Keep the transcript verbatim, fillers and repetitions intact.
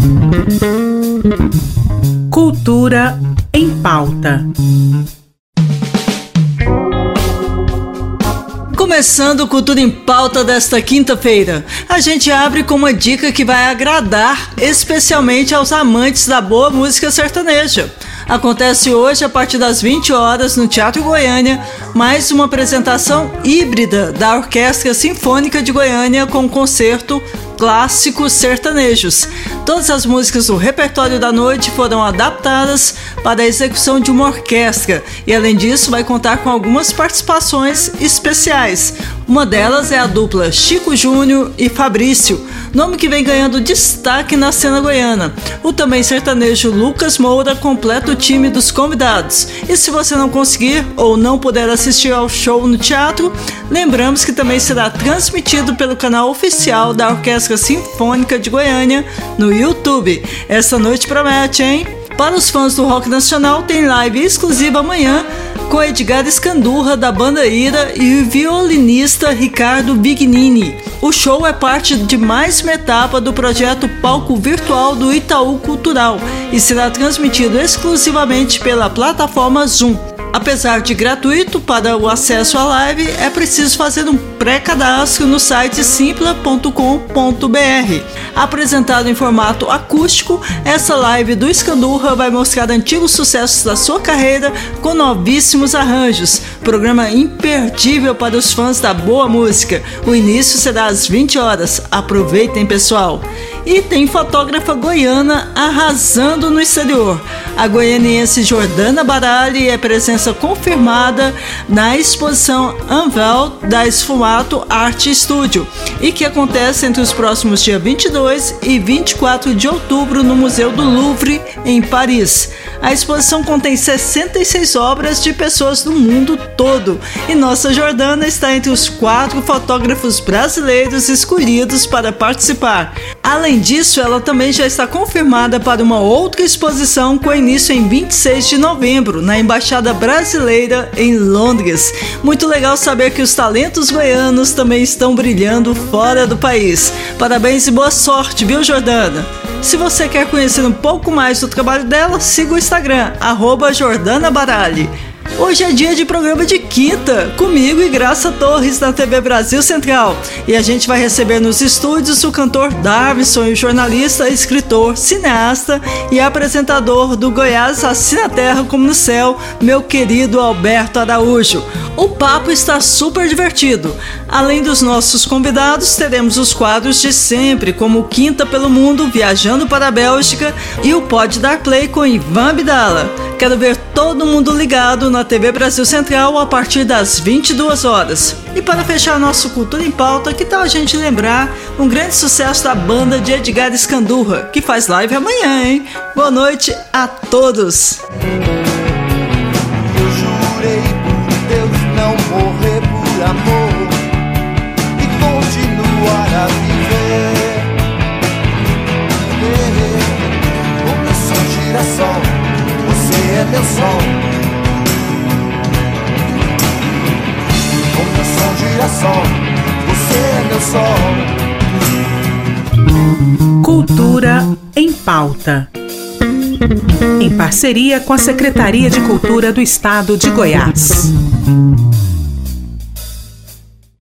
Cultura em Pauta. Começando o Cultura em Pauta desta quinta-feira, a gente abre com uma dica que vai agradar especialmente aos amantes da boa música sertaneja. Acontece hoje, a partir das vinte horas, no Teatro Goiânia, mais uma apresentação híbrida da Orquestra Sinfônica de Goiânia com concerto Clássicos Sertanejos. Todas as músicas do repertório da noite foram adaptadas para a execução de uma orquestra e, além disso, vai contar com algumas participações especiais. Uma delas é a dupla Chico Júnior e Fabrício, nome que vem ganhando destaque na cena goiana. O também sertanejo Lucas Moura completa o time dos convidados. E se você não conseguir ou não puder assistir ao show no teatro, lembramos que também será transmitido pelo canal oficial da Orquestra Sinfônica de Goiânia no YouTube. Essa noite promete, hein? Para os fãs do rock nacional, tem live exclusiva amanhã com Edgar Escandurra, da banda Ira, e o violinista Ricardo Bignini. O show é parte de mais uma etapa do projeto Palco Virtual do Itaú Cultural e será transmitido exclusivamente pela plataforma Zoom. Apesar de gratuito para o acesso à live, é preciso fazer um pré-cadastro no site simpla ponto com ponto b r. Apresentado em formato acústico, essa live do Escandurra vai mostrar antigos sucessos da sua carreira com novíssimos arranjos. Programa imperdível para os fãs da boa música. O início será às vinte horas. Aproveitem, pessoal! E tem fotógrafa goiana arrasando no exterior. A goianiense Jordana Baralli é presença confirmada na exposição Unveil da Sfumato Art Studio e que acontece entre os próximos dias vinte e dois e vinte e quatro de outubro no Museu do Louvre, em Paris. A exposição contém sessenta e seis obras de pessoas do mundo todo e nossa Jordana está entre os quatro fotógrafos brasileiros escolhidos para participar. Além disso, ela também já está confirmada para uma outra exposição com início em vinte e seis de novembro, na Embaixada Brasileira em Londres. Muito legal saber que os talentos goianos também estão brilhando fora do país. Parabéns e boa sorte, viu, Jordana? Se você quer conhecer um pouco mais do trabalho dela, siga o Instagram, arroba Jordana Baralli. Hoje é dia de programa de quinta, comigo e Graça Torres na T V Brasil Central. E a gente vai receber nos estúdios o cantor Darvison e o jornalista, escritor, cineasta e apresentador do Goiás Assim na Terra como no Céu, meu querido Alberto Araújo. O papo está super divertido. Além dos nossos convidados, teremos os quadros de sempre, como Quinta pelo Mundo, Viajando para a Bélgica e o Pode Dar Play com Ivan Abdala. Quero ver todo mundo ligado na T V Brasil Central a partir das vinte e duas horas. E para fechar nosso Cultura em Pauta, que tal a gente lembrar um grande sucesso da banda de Edgar Escandurra, que faz live amanhã, hein? Boa noite a todos! Eu jurei por Deus não morrer por amor e continuar a viver. Como eu sou girassol, você é meu sol. Como eu sou girassol, você é meu sol. Cultura em Pauta. Em parceria com a Secretaria de Cultura do Estado de Goiás.